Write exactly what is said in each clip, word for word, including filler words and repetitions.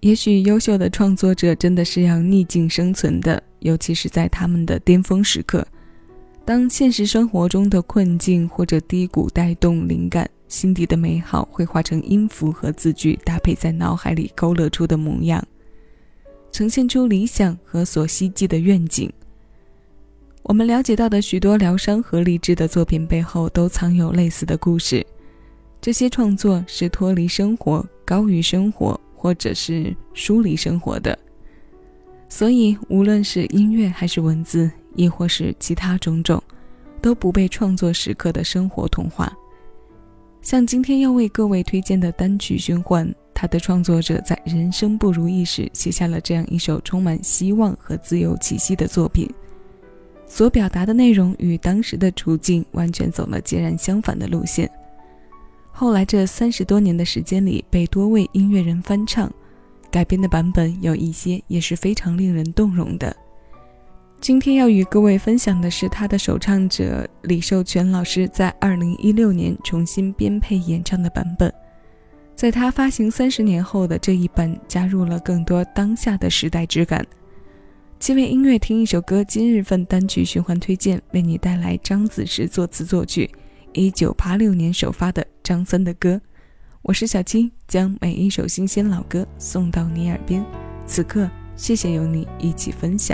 也许优秀的创作者真的是要逆境生存的，尤其是在他们的巅峰时刻。当现实生活中的困境或者低谷带动灵感，心底的美好会化成音符和字句，搭配在脑海里勾勒出的模样，呈现出理想和所希冀的愿景。我们了解到的许多疗伤和励志的作品背后都藏有类似的故事，这些创作是脱离生活、高于生活，或者是疏离生活的。所以无论是音乐还是文字，亦或是其他种种，都不被创作时刻的生活同化。像今天要为各位推荐的单曲循环，它的创作者在人生不如意时写下了这样一首充满希望和自由气息的作品，所表达的内容与当时的处境完全走了截然相反的路线。后来这三十多年的时间里，被多位音乐人翻唱，改编的版本有一些也是非常令人动容的。今天要与各位分享的是他的首唱者李寿全老师在二零一六年重新编配演唱的版本。在他发行三十年后的这一版，加入了更多当下的时代质感。七位音乐听一首歌今日份单曲循环推荐，为你带来张子时作词作曲，一九八六年首发的张三的歌。我是小七，将每一首新鲜老歌送到你耳边。此刻，谢谢有你一起分享。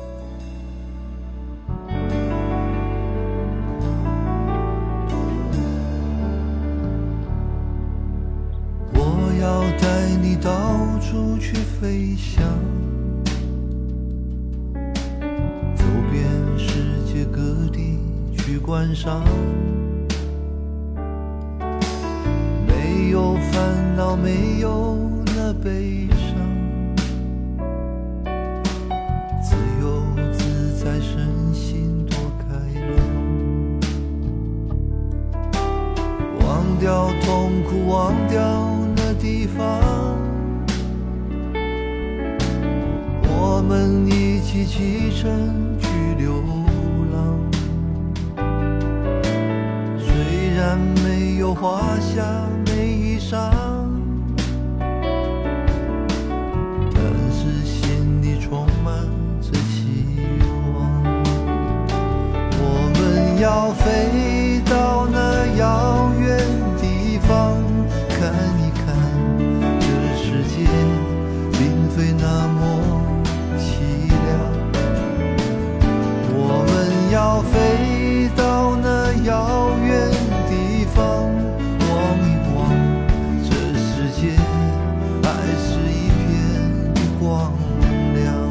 我要带你到处去飞翔，走遍世界各地去观赏，没有烦恼，没有那悲伤，自由自在，身心多开朗，忘掉痛苦，忘掉那地方，我们一起启程去流浪，虽然没有华厦美衣裳，但是心里充满着希望。我们要飞到那遥远地方，看一看这世界并非那么凄凉。我们要飞到那遥远地方，望一望这世界还是一片的光亮。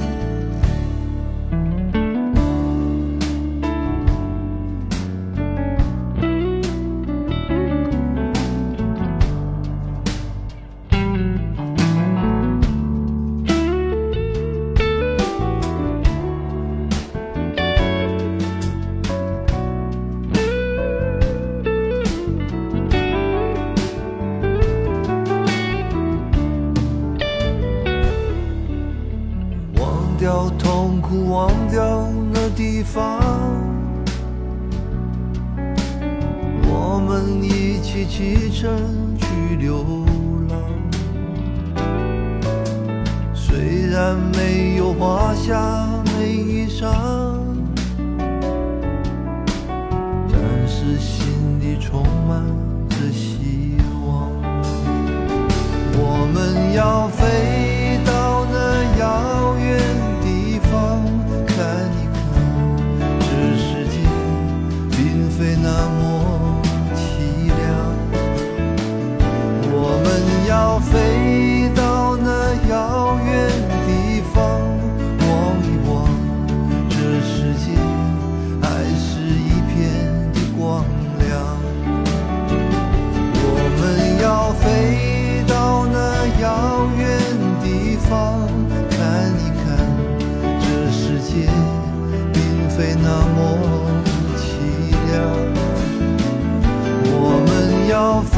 忘掉痛苦，忘掉那地方，我们一起启程去流浪，虽然没有华厦美衣裳，但是心里充满着希望。我们要飞到那遥远地方，看一看这世界并非那么凄凉。我们要飞到那遥远地方，望一望这世界还是一片的光亮。我们要飞到那遥远地方，看一看这世界并非那么凄凉。我们要